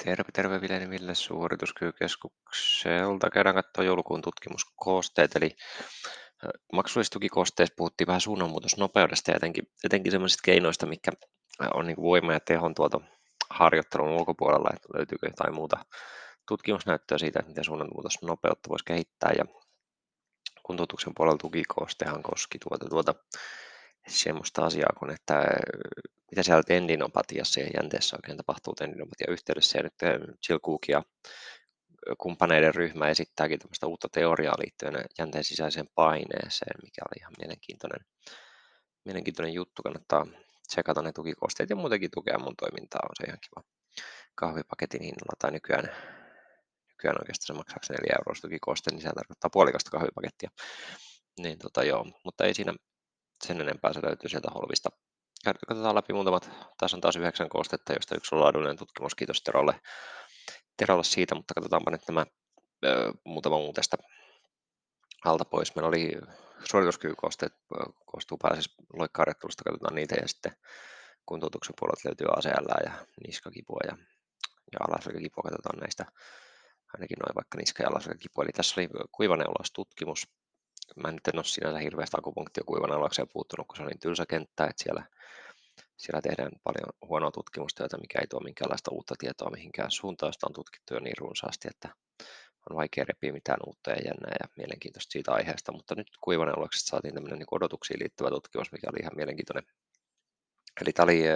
Terve Vileni Ville Suorituskykykeskukselta. Käydään katsoa joulukuun tutkimuskoosteet. Eli maksullisissa tukikoosteissa puhuttiin vähän suunnanmuutosnopeudesta ja etenkin sellaisista keinoista, mitkä on niin kuin voima ja tehon tuolta harjoittelun ulkopuolella, että löytyykö jotain muuta tutkimusnäyttöä siitä, että miten suunnanmuutosnopeutta voisi kehittää. Ja kuntoutuksen puolella tukikoostehan koski tuota semmoista asiaa kuin, että mitä siellä tendinopatiassa ja jänteessä oikein tapahtuu tendinopatian yhteydessä. Ja nyt Jill Cook ja kumppaneiden ryhmä esittääkin tämmöistä uutta teoriaa liittyen jänteen sisäiseen paineeseen, mikä oli ihan mielenkiintoinen juttu. Kannattaa tsekata ne tukikoosteet ja muutenkin tukea mun toimintaa. On se ihan kiva kahvipaketin hinnalla tai nykyään oikeastaan se maksaa 4 € tukikooste, niin se tarkoittaa puolikasta kahvipakettia. Niin joo, mutta ei siinä sen enempää, se löytyy sieltä Holvista. Katsotaan läpi muutamat, tässä on taas 9 koostetta, joista yksi on laadullinen tutkimus, kiitos Terolle siitä, mutta katsotaanpa nyt nämä muutama muu tästä alta pois. Meillä oli suorituskykykoosteet, koostuu pääasiassa loikkaharjoittelusta, katsotaan niitä, ja sitten kuntoutuksen puolelta löytyy ACL ja niskakipua ja alasvelkakipua, katsotaan näistä ainakin noin vaikka niska- ja alasvelkakipua. Eli tässä oli kuivaneulaustutkimus. Mä nyt en ole sinänsä hirveästi akupunktio kuivaneulokseen puuttunut, kun se on niin tylsä kenttä, että siellä tehdään paljon huonoa tutkimustyötä, mikä ei tuo minkäänlaista uutta tietoa mihinkään suuntaan. Sitä on tutkittu jo niin runsaasti, että on vaikea repiä mitään uutta ja jännää ja mielenkiintoista siitä aiheesta, mutta nyt kuivaneuloksesta saatiin tämmöinen niin odotuksiin liittyvä tutkimus, mikä oli ihan mielenkiintoinen. Eli tämä oli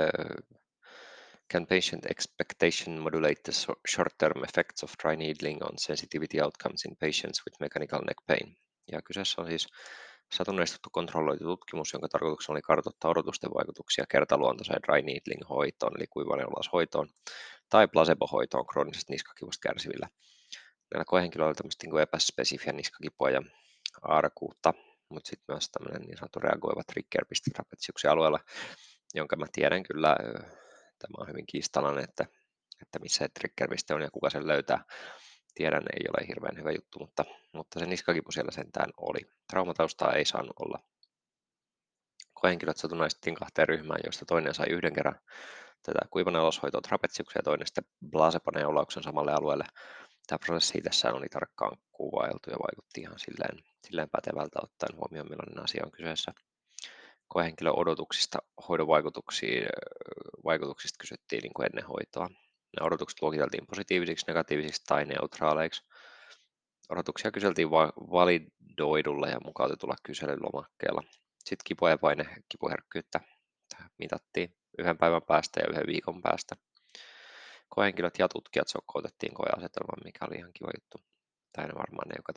Can patient expectation modulate the short-term effects of dry needling on sensitivity outcomes in patients with mechanical neck pain? Ja kyseessä on siis satunnaistettu kontrolloitu tutkimus, jonka tarkoituksena oli kartoittaa odotusten vaikutuksia kertaluontoiseen dry needling-hoitoon, eli kuivaneulaushoitoon, tai placebo-hoitoon kroonisesta niskakivusta kärsivillä. Näillä koehenkilöillä oli tämmöistä niin epäspesifiä niskakipua ja arkuutta, mutta sitten myös tämmöinen niin sanottu reagoiva trigger-piste trapetsiuksen alueella, jonka mä tiedän kyllä, tämä on hyvin kiistalainen, että missä se trigger-piste on ja kuka sen löytää. Tiedän, ei ole hirveän hyvä juttu, mutta se niskakipu siellä sentään oli. Traumataustaa ei saanut olla. Koehenkilöt satunnaistettiin 2 ryhmään, joista toinen sai 1 kerran tätä kuivaneulaushoitoa trapetsiuksia ja toinen sitten placebo-neulauksen samalle alueelle. Tämä prosessi itsessään oli tarkkaan kuvailtu ja vaikutti ihan silleen pätevältä ottaen huomioon, millainen asia on kyseessä. Koehenkilön odotuksista hoidon vaikutuksista kysyttiin niin kuin ennen hoitoa. Ne odotukset luokiteltiin positiivisiksi, negatiivisiksi tai neutraaleiksi. Odotuksia kyseltiin validoidulla ja mukautetulla kyselylomakkeella. Sitten kipua ja kipuherkkyyttä mitattiin 1 päivän päästä ja 1 viikon päästä. Koehenkilöt ja tutkijat sokkoutettiin koeasetelmaan, mikä oli ihan kiva juttu. Tai varmaan ne, joka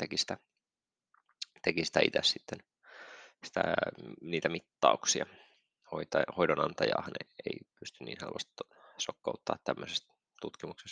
teki sitä itse sitten niitä mittauksia. Hoidon antajahan ei pysty niin helposti sokkouttaa tämmöisessä tutkimuksessa.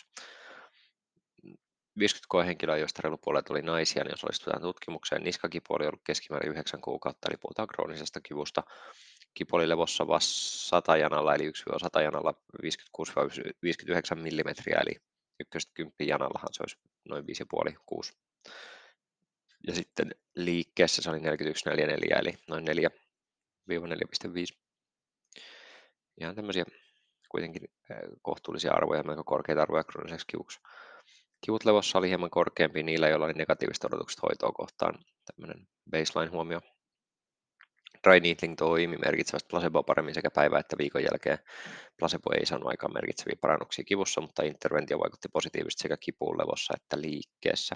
50 koehenkilöä, joista reilu puolet oli naisia, niin osallistutaan tutkimukseen. Niskakipu oli ollut keskimäärin 9 kuukautta, eli puhutaan kroonisesta kivusta. Kipu oli levossa 100 janalla, eli 1-100 janalla 56-59 millimetriä, eli 1-10 janallahan se olisi noin 5,5-6. Ja sitten liikkeessä se oli 41-44, eli noin 4-4,5. Ihan tämmöisiä kuitenkin kohtuullisia arvoja, melko korkeita arvoja krooniseksi kivuksi. Kivut levossa oli hieman korkeampi niillä, joilla oli negatiiviset odotukset hoitoa kohtaan. Tämmöinen baseline-huomio. Dry needling toimi merkitsevästi placeboa paremmin sekä päivä- että viikon jälkeen. Placebo ei saanut aikaan merkitseviä parannuksia kivussa, mutta interventio vaikutti positiivisesti sekä kipuun levossa että liikkeessä.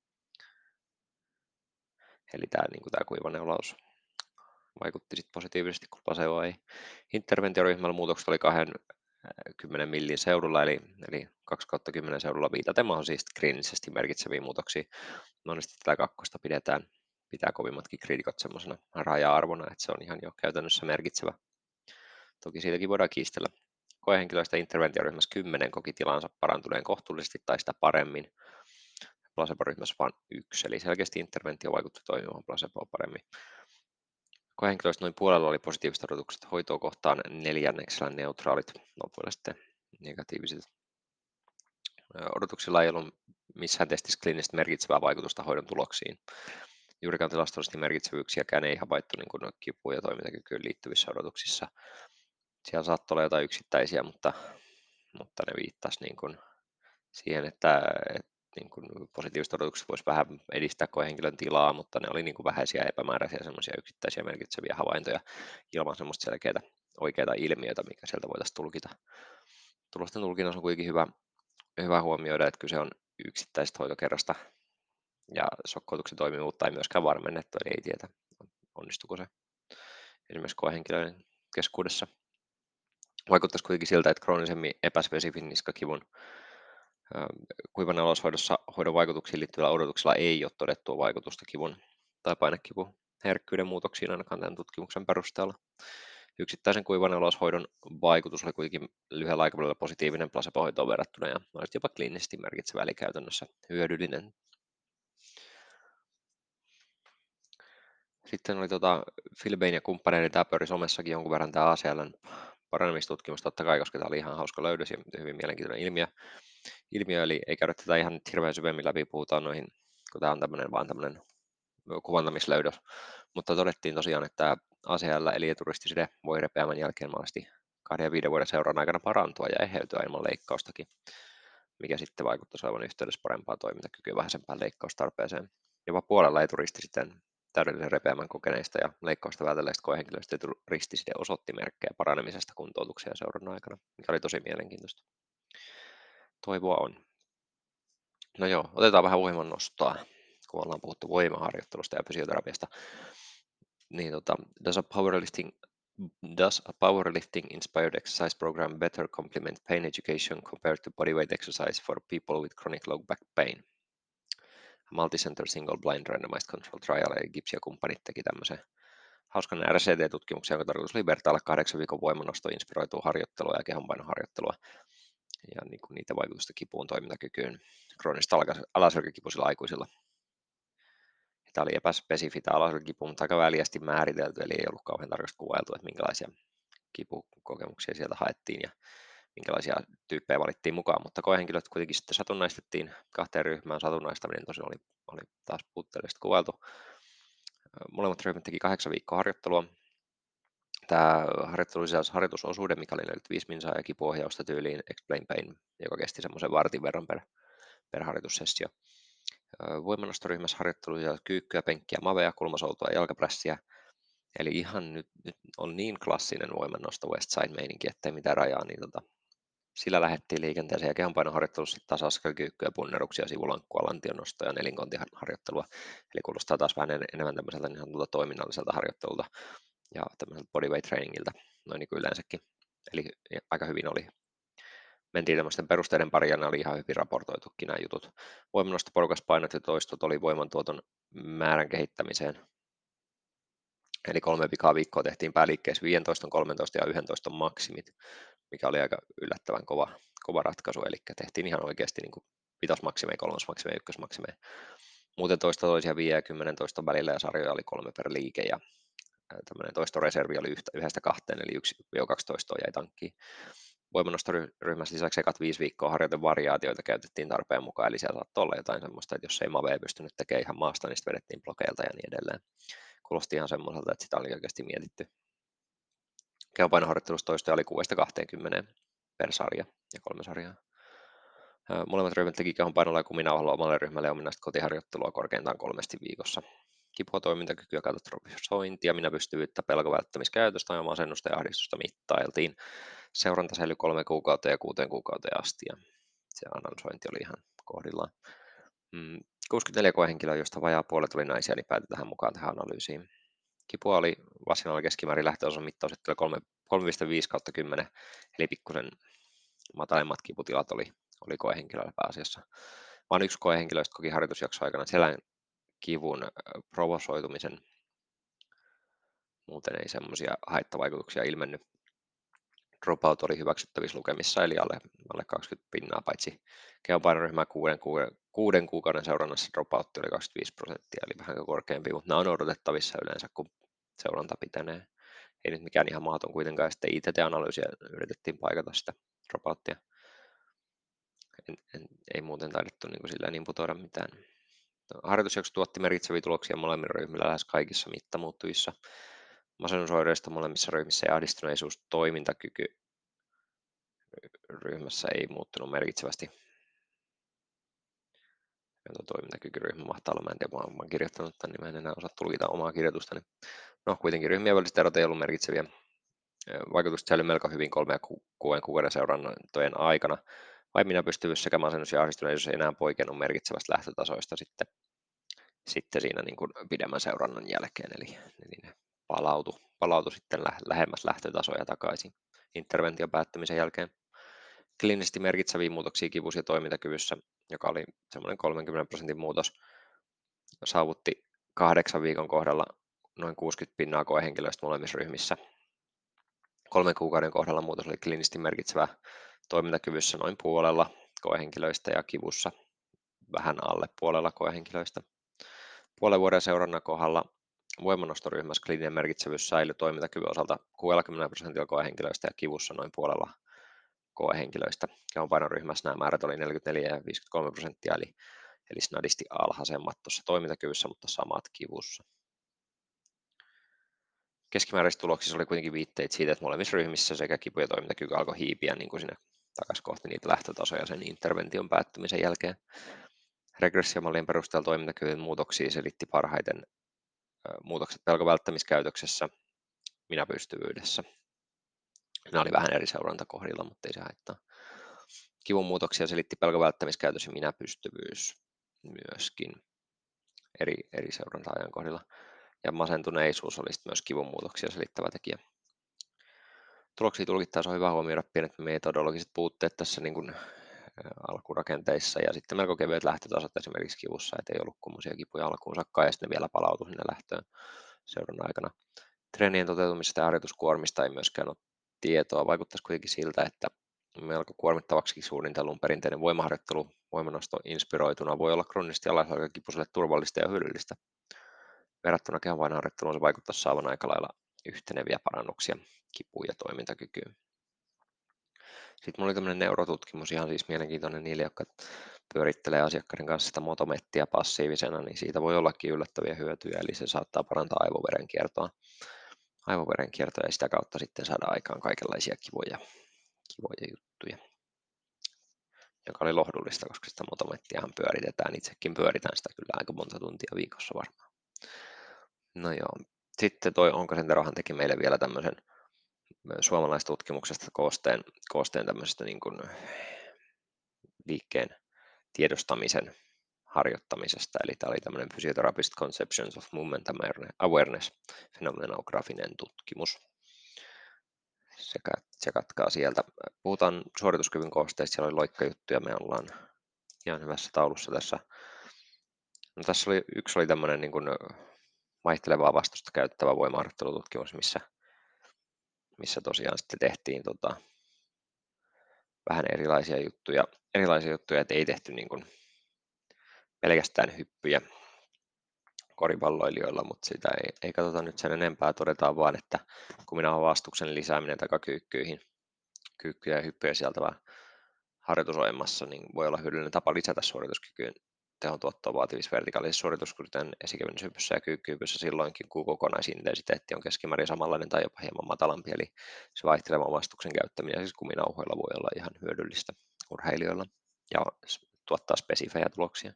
Eli tämä kuivaneulaus vaikutti sitten positiivisesti, kun placebo ei. Interventioryhmällä muutokset oli 20 millin seudulla, eli 2/10 seudulla viitaten mahdollisesti kliinisesti merkitseviä muutoksia. Monesti tätä kakkosta pitää kovimmatkin kriitikot semmoisena raja-arvona, että se on ihan jo käytännössä merkitsevä. Toki siitäkin voidaan kiistellä. Koehenkilöistä interventioryhmässä 10 koki tilansa parantuneen kohtuullisesti tai sitä paremmin. Placebo-ryhmässä vain 1, eli selkeästi interventio vaikutti toimimaan placeboa paremmin. Koehenkilöistä noin puolella oli positiiviset odotukset hoitoa kohtaan, 4 neutraalit, lopuilla sitten negatiiviset. Odotuksilla ei ollut missään testissä kliinisesti merkitsevää vaikutusta hoidon tuloksiin. Juurikaan tilastollisesti merkitsevyyksiäkään ei havaittu niin kuin kipuun ja toimintakykyyn liittyvissä odotuksissa. Siellä saattoi olla jotain yksittäisiä, mutta ne viittasi niin kuin siihen, että niin kuin positiiviset odotukset voisi vähän edistää koehenkilön tilaa, mutta ne oli niin kuin vähäisiä epämääräisiä semmoisia yksittäisiä merkitseviä havaintoja ilman semmoista selkeää oikeaa ilmiötä, mikä sieltä voitaisiin tulkita. Tulosten tulkinnassa on kuitenkin hyvä huomioida, että kyse on yksittäisestä hoitokerrasta ja shokkoutuksen toimivuutta ei myöskään varmennettu, eli ei tiedä, onnistuuko se esimerkiksi koehenkilöiden keskuudessa. Vaikuttaisi kuitenkin siltä, että kroonisemmin epäspesifin niskakivun kuivan aloshoidossa hoidon vaikutuksiin liittyvillä odotuksilla ei ole todettua vaikutusta kivun tai painekivun herkkyyden muutoksiin ainakaan tämän tutkimuksen perusteella. Yksittäisen kuivan aloshoidon vaikutus oli kuitenkin lyhyellä aikavälillä positiivinen placebo-hoitoon verrattuna ja olisi jopa kliinisesti merkitsevä eli käytännössä hyödyllinen. Sitten oli Phil Bain ja kumppaneiden, tämä pyöri somessakin jonkun verran tämä ACL:n paranemistutkimus, totta kai, koska tämä oli ihan hauska löydös ja hyvin mielenkiintoinen ilmiö, eli ei käydä tätä ihan hirveän syvemmin läpi, puhutaan noihin, kun tämä on vaan tämmöinen kuvantamislöydös, mutta todettiin tosiaan, että ACL eli eturistiside voi repeämän jälkeen mahdollisesti 2 ja 5 vuoden seuran aikana parantua ja eheytyä ilman leikkaustakin, mikä sitten vaikuttaisi olevan yhteydessä parempaan toimintakykyyn vähäisempään leikkaustarpeeseen. Jopa puolella eturistisiten täydellisen repeämän kokeneista ja leikkausta vältelleistä koehenkilöistä eturistiside osoitti merkkejä paranemisesta kuntoutuksen ja seurannan aikana, mikä oli tosi mielenkiintoista. Toivoa on. No joo, otetaan vähän voimannostoa, kun ollaan puhuttu voimaharjoittelusta ja fysioterapiasta. Niin, does a powerlifting inspired exercise program better complement pain education compared to bodyweight exercise for people with chronic low back pain? A multicenter single blind randomized control trial, eli Gibbs ja kumppanit teki tämmöisen hauskan RCT-tutkimuksen, jonka tarkoitus oli vertailla 8 viikon voimannostoa inspiroitua harjoittelua ja kehonpainoharjoittelua ja niin kuin niitä vaikutusta kipuun, toimintakykyyn, kroonista alaselkäkipuisilla aikuisilla. Tämä oli epäspesifi tämä alaselkäkipu, mutta aika väljästi määritelty, eli ei ollut kauhean tarkasti kuvailtu, että minkälaisia kipukokemuksia sieltä haettiin ja minkälaisia tyyppejä valittiin mukaan, mutta koehenkilöt kuitenkin sitten satunnaistettiin 2 ryhmään. Satunnaistaminen tosi oli taas puutteellisesti kuvailtu. Molemmat ryhmät teki 8 viikkoa harjoittelua. Tämä harjoittelu sisälsi harjoitusosuuden, mikä oli 45 minsaa ja kipuohjausta tyyliin Explain Pain, joka kesti semmoisen vartin verran per harjoitussessio. Voimannostoryhmässä harjoittelu sisälsi kyykkyä, penkkiä, mavea, kulmasoutua ja jalkaprässiä. Eli ihan nyt on niin klassinen voimannosto Westside-meininki, ettei mitään rajaa, niin sillä lähdettiin liikenteeseen ja kehonpainoharjoittelussa sitten taas askelkyykkyä, punneruksia, sivulankkua, lantionnostoa ja nelinkontiharjoittelua. Eli kuulostaa taas vähän enemmän tämmöiseltä niin sanotulta toiminnalliselta harjoittelulta ja tämmöiseltä bodyweight trainingiltä noin niin kuin yleensäkin. Eli aika hyvin mentiin tämmöisten perusteiden pariin ja ne oli ihan hyvin raportoitukin nämä jutut. Voimannostoporukas painot ja toistot oli voimantuoton määrän kehittämiseen. Eli 3 viikkoa tehtiin pääliikkeessä 15, 13 ja 11 maksimit, mikä oli aika yllättävän kova ratkaisu. Eli tehtiin ihan oikeasti niin kuin vitosmaksimei, kolmosmaksimei, ykkösmaksimei. Muuten toisia 5 ja 10 toiston välillä ja sarjoja oli 3 per liike ja tämmöinen toistoreservi oli 1-2, eli 1-2 toistoa jäi tankkiin. Voimannostoryhmässä lisäksi ekat 5 viikkoa harjoitevariaatioita käytettiin tarpeen mukaan, eli siellä saattoi olla jotain semmoista, että jos ei Mave pystynyt tekemään ihan maasta, niin sitten vedettiin blokeilta ja niin edelleen. Kuulosti ihan semmoiselta, että sitä oli oikeasti mietitty. Kehonpainoharjoittelussa toistoja oli 6-20 per sarja ja 3 sarjaa. Molemmat ryhmät teki kehonpainolla ja kuminauhalla omalle ryhmälle ominaista kotiharjoittelua korkeintaan 3 viikossa. Kipua, toimintakykyä, katastrofisointia, minäpystyvyyttä, pelkovälttämiskäytöstä ja masennusta ja ahdistusta mittailtiin. Seuranta säilyi 3 kuukautta ja 6 kuukauteen asti ja se analysointi oli ihan kohdillaan. 64 koehenkilöä, josta vajaa puolet oli naisia, eli päätyi tähän mukaan tähän analyysiin. Kipua oli vasinalla keskimäärin lähtöosan mittaus, että 3,5/10, eli pikkusen matalemmat kiputilat oli koehenkilöllä pääasiassa. Vain yksi koehenkilöistä koki harjoitusjakson aikana selän kivun provosoitumisen. Muuten ei semmoisia haittavaikutuksia ilmennyt. Dropout oli hyväksyttävissä lukemissa, eli alle 20%, paitsi kehonpainoryhmää 6 kuukauden seurannassa dropout oli 25%, eli vähän korkeampi, mutta nämä on odotettavissa yleensä, kun seuranta pitenee. Ei nyt mikään ihan mahdoton kuitenkaan, ja sitten ITT-analyysiä yritettiin paikata sitä dropouttia. Ei muuten taidettu niin putoida mitään. Harjoitusjakso tuotti merkitseviä tuloksia molemmilla ryhmillä lähes kaikissa mittamuuttujissa. Masennusoireista molemmissa ryhmissä ja ahdistuneisuus toimintakyky ryhmässä ei muuttunut merkitsevästi. tuo toimintakykyryhmä mahtaa olla, mä en tiedä, mä oon kirjoittanut tämän, niin mä en enää osaa tulkita omaa kirjoitustani. No kuitenkin ryhmien väliset erot ei ollut merkitseviä. Vaikutukset säilyi melko hyvin 3 ja 6 kuukauden seurantojen aikana. Vaimina pystyvyys sekä masennus ja ahdistuneisuus ei enää poikennut merkitsevästä lähtötasoista sitten siinä niin kuin pidemmän seurannan jälkeen, eli ne palautu sitten lähemmäs lähtötasoja takaisin intervention päättymisen jälkeen. Kliinisesti merkitseviä muutoksia kivussa ja toimintakyvyssä, joka oli semmoinen 30% muutos, saavutti 8 viikon kohdalla noin 60% koehenkilöistä molemmissa ryhmissä. 3 kuukauden kohdalla muutos oli kliinisesti merkitsevä toimintakyvyssä noin puolella koehenkilöistä ja kivussa vähän alle puolella koehenkilöistä. Puolen vuoden seurannan kohdalla voimannostoryhmässä kliininen merkitsevyys säilyi toimintakyvyn osalta 60% koehenkilöistä ja kivussa noin puolella koehenkilöistä. Kehonpainoryhmässä nämä määrät oli 44 ja 53%, eli snadisti alhaisemmat tuossa toimintakyvyssä, mutta samat kivussa. Keskimääräisissä tuloksissa oli kuitenkin viitteitä siitä, että molemmissa ryhmissä sekä kipu ja toimintakyky alkoi hiipiä niin kuin sinne takaisin kohti niitä lähtötasoja sen intervention päättymisen jälkeen. Regressiomallien perusteella toimintakyvyn muutoksia selitti parhaiten muutokset pelkovälttämiskäytöksessä, minäpystyvyydessä. Nämä oli vähän eri seurantakohdilla, mutta ei se haittaa. Kivun muutoksia selitti pelkovälttämiskäytös ja minäpystyvyys myöskin eri seuranta-ajankohdilla. Ja masentuneisuus oli myös kivun muutoksia selittävä tekijä. Tuloksia tulkittaessa on hyvä huomioida pienet metodologiset puutteet tässä niin kuin alkurakenteissa ja sitten melko kevyet lähtötasot esimerkiksi kivussa, että ei ollut kummoisia kipuja alkuun saakka ja sitten ne vielä palautui sinne lähtöön seurannan aikana. Treenien toteutumisesta ja harjoituskuormista ei myöskään ole tietoa. Vaikuttaisi kuitenkin siltä, että melko kuormittavaksi suunnitellun perinteinen voimaharjoittelu voimanosto inspiroituna voi olla kroonisesti alaselkäkipuiselle turvallista ja hyödyllistä. Verrattuna kehonpainoharjoitteluun se vaikuttaisi saavan aika lailla yhteneviä parannuksia kipuun ja toimintakykyyn. Sitten minulla oli tämmöinen neurotutkimus, ihan siis mielenkiintoinen niille, jotka pyörittelee asiakkaiden kanssa sitä motomettia passiivisena, niin siitä voi ollakin yllättäviä hyötyjä, eli se saattaa parantaa aivoverenkiertoa ja sitä kautta sitten saada aikaan kaikenlaisia kivoja juttuja, joka oli lohdullista, koska sitä motomettiahan pyöritetään. Itsekin pyöritään sitä kyllä aika monta tuntia viikossa varmaan. No joo, sitten toi Onkosenterohan teki meille vielä tämmöisen suomalaistutkimuksesta koosteen tämmöisestä niin kuin liikkeen tiedostamisen harjoittamisesta, eli tämä oli tämmöinen Physiotherapist Conceptions of Movement Awareness fenomenografinen tutkimus. Tsekatkaa sieltä. Puhutaan suorituskyvyn koosteista, siellä oli loikkajuttuja, me ollaan ihan hyvässä taulussa tässä. No, tässä yksi oli tämmöinen niin kuin vaihtelevaa vastusta käyttävä voimaharjoittelututkimus, missä tosiaan sitten tehtiin vähän erilaisia juttuja, että ei tehty niin kuin pelkästään hyppyjä koripalloilijoilla, mutta sitä ei katsota nyt sen enempää. Todetaan vaan, että kun minä olen vastuksen lisääminen takakyykkyjä ja hyppyjä sieltä harjoitusohjelmassa, niin voi olla hyödyllinen tapa lisätä suorituskykyyn tehon tuottoa vaativissa vertikaalisissa suorituskyvyssä esikävelyhypyssä ja kyykkyhypyssä silloinkin, kun kokonaisintensiteetti on keskimäärin samanlainen tai jopa hieman matalampi, eli se vaihteleva vastuksen käyttäminen siis kuminauhoilla voi olla ihan hyödyllistä urheilijoilla ja tuottaa spesifejä tuloksia.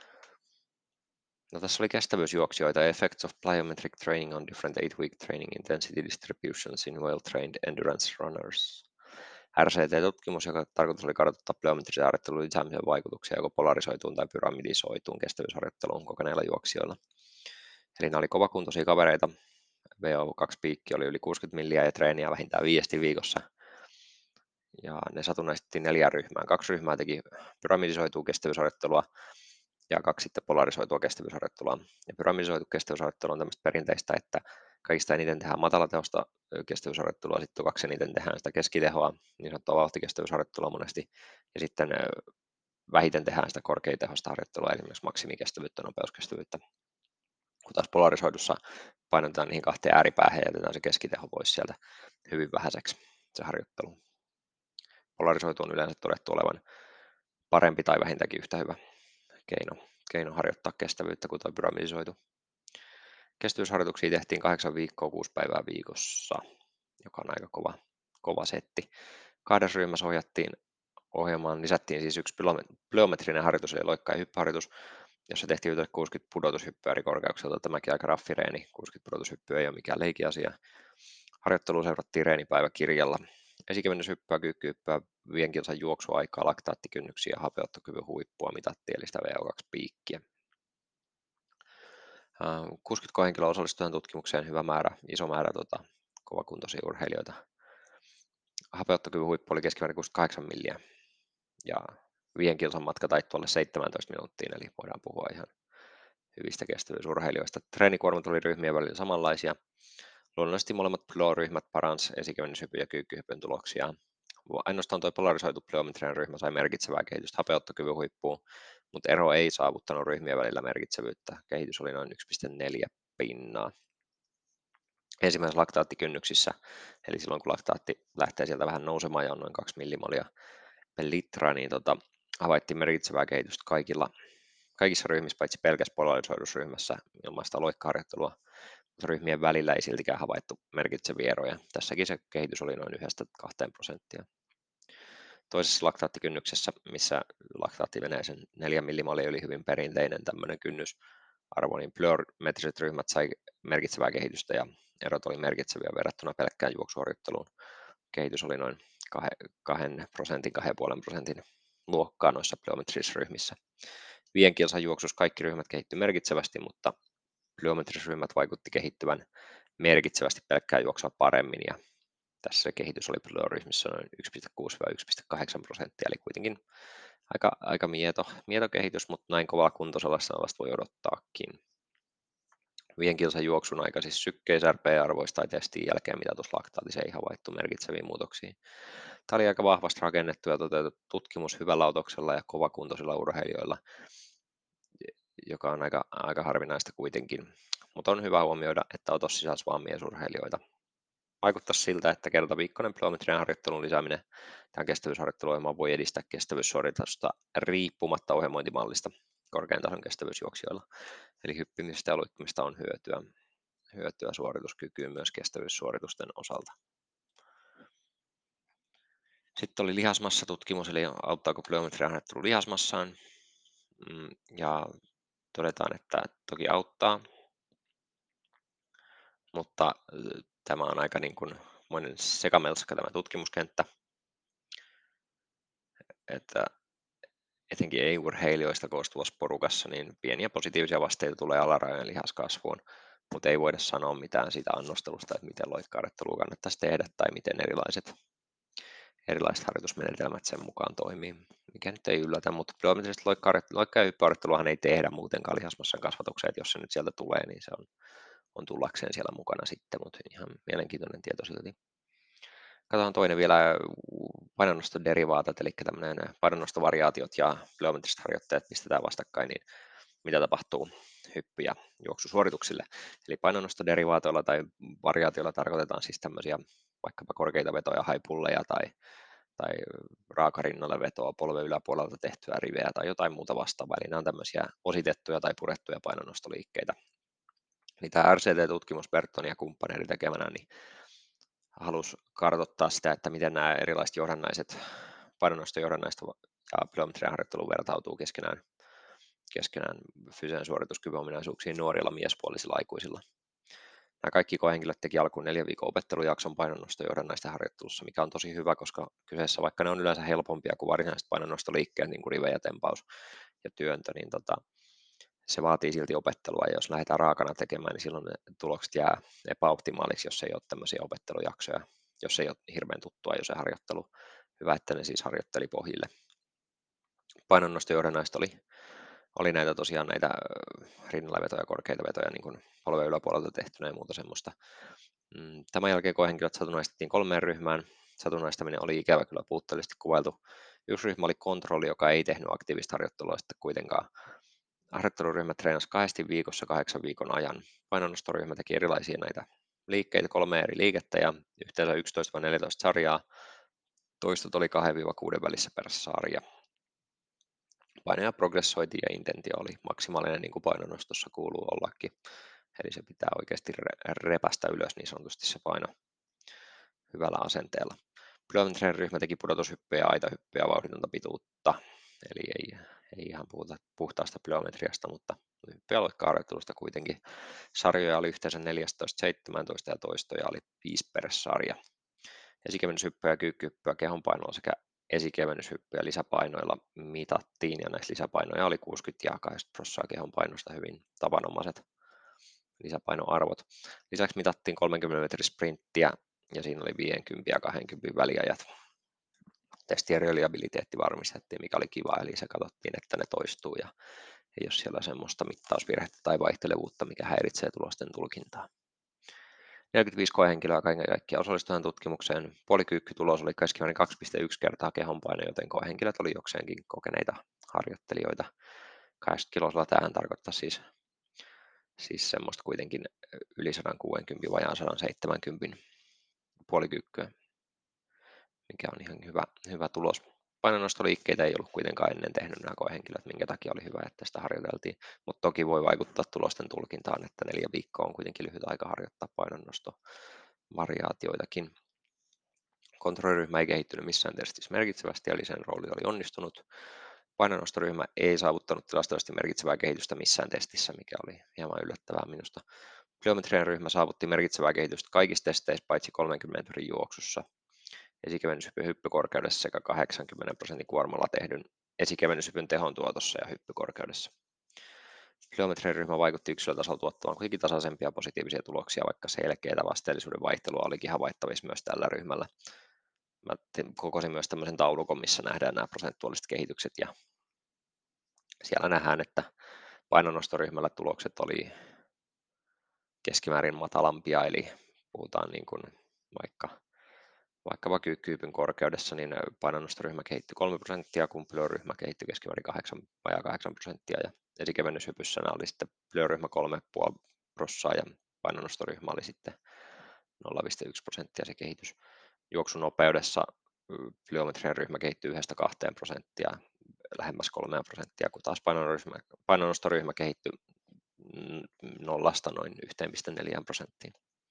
No, tässä oli kestävyysjuoksijoita, effects of plyometric training on different 8-week training intensity distributions in well-trained endurance runners. RCT-tutkimus, joka tarkoitus oli kartoittaa plyometrisen harjoittelun lisäämisen vaikutuksia joko polarisoituun tai pyramidisoituun kestävyysharjoitteluun kokeneilla juoksijoilla. Eli nämä oli kovakuntoisia kavereita. VO2-piikki oli yli 60 milliä ja treeniä vähintään 5 viikossa. Ja ne satunnaistettiin 4 ryhmään. 2 ryhmää teki pyramidisoitua kestävyysharjoittelua ja 2 sitten polarisoitua kestävyysharjoittelua. Ja pyramidisoitu kestävyysharjoittelu on tämmöistä perinteistä, että kaikista eniten tehdään matalatehosta kestävyysharjoittelua, sitten 2 eniten tehdään sitä keskitehoa, niin sanottua vauhtikestävyysharjoittelua monesti, ja sitten vähiten tehdään sitä korkeatehosta harjoittelua, esimerkiksi maksimikestävyyttä, nopeuskestävyyttä. Kun taas polarisoidussa painotetaan niihin 2 ääripäähän ja jätetään se keskiteho pois sieltä hyvin vähäiseksi se harjoittelu. Polarisoitu on yleensä todettu olevan parempi tai vähintäänkin yhtä hyvä keino harjoittaa kestävyyttä kuin tuo pyramidisoitu. Kestävyysharjoituksia tehtiin 8 viikkoa 6 päivää viikossa, joka on aika kova setti. 2 ryhmässä ohjelmaan lisättiin siis 1 plyometrinen harjoitus eli loikka- ja hyppyharjoitus. jossa tehtiin yli 60 pudotushyppyä eri korkeukselta. Tämäkin aika raffireeni, 60 pudotushyppyä ei ole mikään leikiasia. Harjoittelua seurattiin reenipäiväkirjalla. Esikevennyshyppyä, kyykkyhyppyä, 5 kilsan juoksuaikaa, laktaattikynnyksiä ja hapeuttokyvyn huippua mitattiin, eli sitä VO2-piikkiä. 60 henkilöä osallistui tähän tutkimukseen, hyvä määrä, iso määrä kovakuntoisia urheilijoita. Hapeuttokyvyn huippu oli keskimäärin 68 milliä ja 5 kilsan matka taittui alle 17 minuuttiin, eli voidaan puhua ihan hyvistä kestävyysurheilijoista. Treenikuormat oli ryhmien välillä samanlaisia. Luonnollisesti molemmat PLO-ryhmät paransivat esikevennyshypyn ja kyykkyhypyn tuloksia. Ainoastaan tuo polarisoitu plyometrian ryhmä sai merkitsevää kehitystä hapeuttokyvyn huippuun, mutta ero ei saavuttanut ryhmien välillä merkitsevyyttä. Kehitys oli noin 1,4 pinnaa. Ensimmäisessä laktaattikynnyksissä, eli silloin kun laktaatti lähtee sieltä vähän nousemaan ja on noin 2 millimolia per litra, niin havaittiin merkitsevää kehitystä kaikissa ryhmissä, paitsi pelkässä polarisoidussa ryhmässä ilman sitä loikkaharjoittelua, mutta ryhmien välillä ei siltikään havaittu merkitseviä eroja. Tässäkin se kehitys oli noin 1-2%. Toisessa laktaattikynnyksessä, missä laktaatti menee sen 4 millimolia yli, hyvin perinteinen tämmöinen kynnysarvo, niin plyometriset ryhmät sai merkitsevää kehitystä ja erot oli merkitseviä verrattuna pelkkään juoksuharjoitteluun. Kehitys oli noin 2% luokkaa noissa plyometrisissa ryhmissä. 5 kilsan juoksussa kaikki ryhmät kehittyivät merkitsevästi, mutta plyometriset ryhmät vaikutti kehittyvän merkitsevästi pelkkää juoksua paremmin, ja tässä se kehitys oli plyo-ryhmissä noin 1,6-1,8%, eli kuitenkin aika mieto kehitys, mutta näin kovalla kuntoisella sellaista voi odottaakin. 5 kilsan juoksun aika siis sykkeis RP-arvoista tai testin jälkeen mitatussa laktaatissa ei havaittu merkitseviä muutoksia. Tämä oli aika vahvasti rakennettu ja toteutettu tutkimus hyvällä otoksella ja kovakuntoisilla urheilijoilla, joka on aika harvinaista kuitenkin. Mutta on hyvä huomioida, että otos sisälsi vain miesurheilijoita. Vaikuttaisi siltä, että kertaviikkoinen plyometrian harjoittelun lisääminen tähän kestävyysharjoitteluohjelmaan voi edistää kestävyyssuoritusta riippumatta ohjelmointimallista korkean tason kestävyysjuoksijoilla. Eli hyppimisestä ja luikkumista on hyötyä suorituskykyyn myös kestävyyssuoritusten osalta. Sitten oli lihasmassatutkimus, eli auttaako plyometrian harjoittelu lihasmassaan. Ja todetaan, että toki auttaa, mutta tämä on aika niin kuin monen sekamelska tämä tutkimuskenttä, että etenkin ei-urheilijoista koostuvassa porukassa niin pieniä positiivisia vasteita tulee alarajojen lihaskasvuun, mutta ei voida sanoa mitään siitä annostelusta, että miten loikkaharjoittelua kannattaisi tehdä tai miten erilaiset harjoitusmenetelmät sen mukaan toimii, mikä nyt ei yllätä, mutta plyometristä loikka- ja hyppyharjoitteluahan ei tehdä muutenkaan lihasmassan kasvatukseen, että jos se nyt sieltä tulee, niin se on tullakseen siellä mukana sitten, mutta ihan mielenkiintoinen tieto silti. Katsotaan toinen vielä painonnostoderivaatiot, eli tämmöinen painonnostovariaatiot ja plyometriset harjoitteet pistetään vastakkain, niin mitä tapahtuu hyppy- ja juoksusuorituksille. Eli painonnostoderivaatioilla tai variaatioilla tarkoitetaan siis tämmöisiä vaikkapa korkeita vetoja, haipulleja tai raakarinnalle vetoa, polven yläpuolelta tehtyä riveä tai jotain muuta vastaavaa. Eli nämä on tämmöisiä ositettuja tai purettuja painonnostoliikkeitä. Niin tämä RCT-tutkimus Bertonin ja kumppaneiden tekemänä niin halusi kartoittaa sitä, että miten nämä erilaiset johdannaiset, painonnostojohdannaiset ja plyometrian harjoitteluun vertautuu keskenään fyysisen suorituskyvyn ominaisuuksiin nuorilla miespuolisilla aikuisilla. Nämä kaikki koehenkilöt teki alkuun 4 viikon opettelujakson painonnostojohdannaisten harjoittelussa, mikä on tosi hyvä, koska kyseessä, vaikka ne on yleensä helpompia kuin varsinaiset painonnostoliikkeet, niin kuin rive ja tempaus ja työntö, niin se vaatii silti opettelua, ja jos lähdetään raakana tekemään, niin silloin ne tulokset jää epäoptimaaliksi, jos ei ole tämmöisiä opettelujaksoja, jos ei ole hirveän tuttua jo se harjoittelu. Hyvä, että ne siis harjoitteli pohjille. Painonnostojohdannaiset oli näitä tosiaan näitä rinnalla vetoja, korkeita vetoja, niin kuin polven yläpuolelta tehtynä ja muuta semmoista. Tämän jälkeen koehenkilöt satunnaistettiin 3 ryhmään. Satunnaistaminen oli ikävä kyllä puutteellisesti kuvailtu. Yksi ryhmä oli kontrolli, joka ei tehnyt aktiivista harjoittelua sitten kuitenkaan. Harjoitteluryhmä treenasi 2 viikossa 8 viikon ajan. Painonnostoryhmä teki erilaisia näitä liikkeitä, 3 eri liikettä ja yhteensä 11-14 sarjaa. Toistot oli 2-6 välissä per sarja. Painoja progressoitiin ja intentio oli maksimaalinen, niin kuin painonnostossa kuuluu ollakin. Eli se pitää oikeasti repästä ylös niin sanotusti se paino hyvällä asenteella. Plyometrian ryhmä teki pudotushyppyjä ja aitahyppyjä vauhditonta pituutta. Eli ei ihan puhuta puhtaasta plyometriasta, mutta hyppyaluekkaharjoittelusta kuitenkin. Sarjoja oli yhteensä 14, 17 ja toistoja oli 5 per sarja. Esikevennyshyppyä ja kyykkyhyppyä kehonpainolla sekä esikevennyshyppyä lisäpainoilla mitattiin, ja näissä lisäpainoja oli 60 ja 80% kehonpainosta, hyvin tavanomaiset lisäpainoarvot. Lisäksi mitattiin 30 metrin sprinttiä, ja siinä oli 50 ja 20 väliajat. Testien reliabiliteetti varmistettiin, mikä oli kiva, eli se katsottiin, että ne toistuu, ja ei ole siellä semmoista mittausvirhettä tai vaihtelevuutta, mikä häiritsee tulosten tulkintaa. 45 koehenkilöä kaiken kaikkiaan osallistui tähän tutkimukseen. Puolikyykkytulos oli keskimäärin 2,1 kertaa kehonpaino, joten koehenkilöt oli jokseenkin kokeneita harjoittelijoita. 80 kilosella tähän tarkoittaa siis semmoista kuitenkin yli 160 vajaan 170 puolikyykkyä, mikä on ihan hyvä tulos. Painonnostoliikkeitä ei ollut kuitenkaan ennen tehnyt nämä koehenkilöt, minkä takia oli hyvä, että sitä harjoiteltiin, mutta toki voi vaikuttaa tulosten tulkintaan, että 4 viikkoa on kuitenkin lyhyt aika harjoittaa painonnostovariaatioitakin. Kontrolliryhmä ei kehittynyt missään testissä merkitsevästi, eli sen rooli oli onnistunut. Painonnostoryhmä ei saavuttanut tilastollisesti merkitsevää kehitystä missään testissä, mikä oli hieman yllättävää minusta. Plyometrian ryhmä saavutti merkitsevää kehitystä kaikissa testeissä paitsi 30 metrin juoksussa, esikevennyshypyn hyppykorkeudessa sekä 80% kuormalla tehdyn esikevennyshypyn tehon tuotossa ja hyppykorkeudessa. Plyometrian ryhmä vaikutti yksilötasolla tuottamaan kuitenkin tasaisempia positiivisia tuloksia, vaikka selkeää vasteellisuuden vaihtelua olikin havaittavissa myös tällä ryhmällä. Mä kokosin myös tämmöisen taulukon, missä nähdään nämä prosentuaaliset kehitykset, ja siellä nähdään, että painonnostoryhmällä tulokset oli keskimäärin matalampia, eli puhutaan niin kuin vaikkapa kyykkyhypyn korkeudessa, niin painonnostoryhmä kehittyi 3%, kun plyoryhmä kehittyi keskimäärin 8%, ja esikevennyshypyssä nämä oli sitten plyoryhmä 3,5% ja painonnostoryhmä oli sitten 0,1% se kehitys. Juoksunopeudessa plyometrian ryhmä kehittyi 1-2%, lähemmäs 3%, kun taas painonnostoryhmä kehittyi 0 noin 1,4%.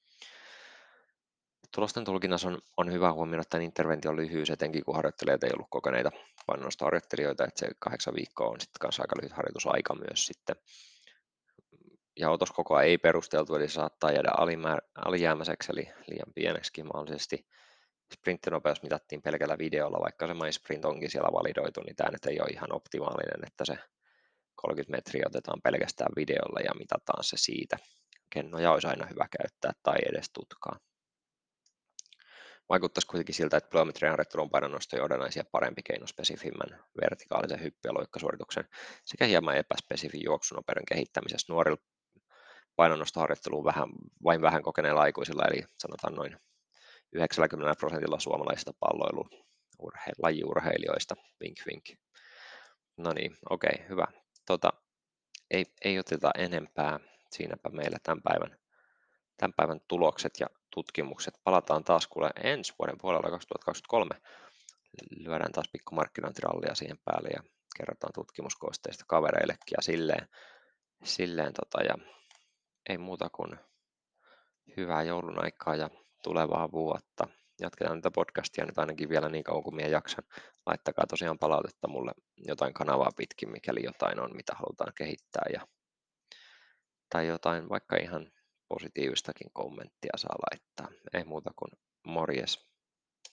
Tulosten tulkinnassa on hyvä huomioida tämän intervention lyhyys, etenkin kun harjoittelijat ei ollut kokeneita painonnostoharjoittelijoita, että se 8 viikkoa on sitten kanssa aika lyhyt harjoitusaika myös sitten. Ja otoskokoa ei perusteltu, eli saattaa jäädä alijäämäiseksi, eli liian pieneksi mahdollisesti. Sprinttinopeus mitattiin pelkällä videolla, vaikka se MySprint onkin siellä validoitu, niin tämä nyt ei ole ihan optimaalinen, että se 30 metriä otetaan pelkästään videolla ja mitataan se siitä. Kennoja olisi aina hyvä käyttää tai edes tutkaa. Vaikuttaisi kuitenkin siltä, että plyometrian harjoittelun painonnosto johdannaisia parempi keino spesifimmän vertikaalisen hyppy- ja loikkasuorituksen sekä hieman epäspesifin juoksunopeuden kehittämisessä nuorilla painonnostoharjoitteluun vain vähän kokeneilla aikuisilla, eli sanotaan noin 90% suomalaisista lajiurheilijoista. Vink vink. No niin, okei, hyvä. Ei oteta enempää. Siinäpä meillä tämän päivän tulokset ja tutkimukset. Palataan taas kuule ensi vuoden puolella 2023. Lyödään taas pikku markkinointirallia siihen päälle ja kerrotaan tutkimuskoosteista kavereillekin ja silleen ja ei muuta kuin hyvää joulun aikaa ja tulevaa vuotta. Jatketaan tätä podcastia nyt ainakin vielä niin kauan kuin minä jaksan. Laittakaa tosiaan palautetta mulle jotain kanavaa pitkin, mikäli jotain on, mitä halutaan kehittää tai jotain vaikka ihan positiivistakin kommenttia saa laittaa. Ei muuta kuin morjes.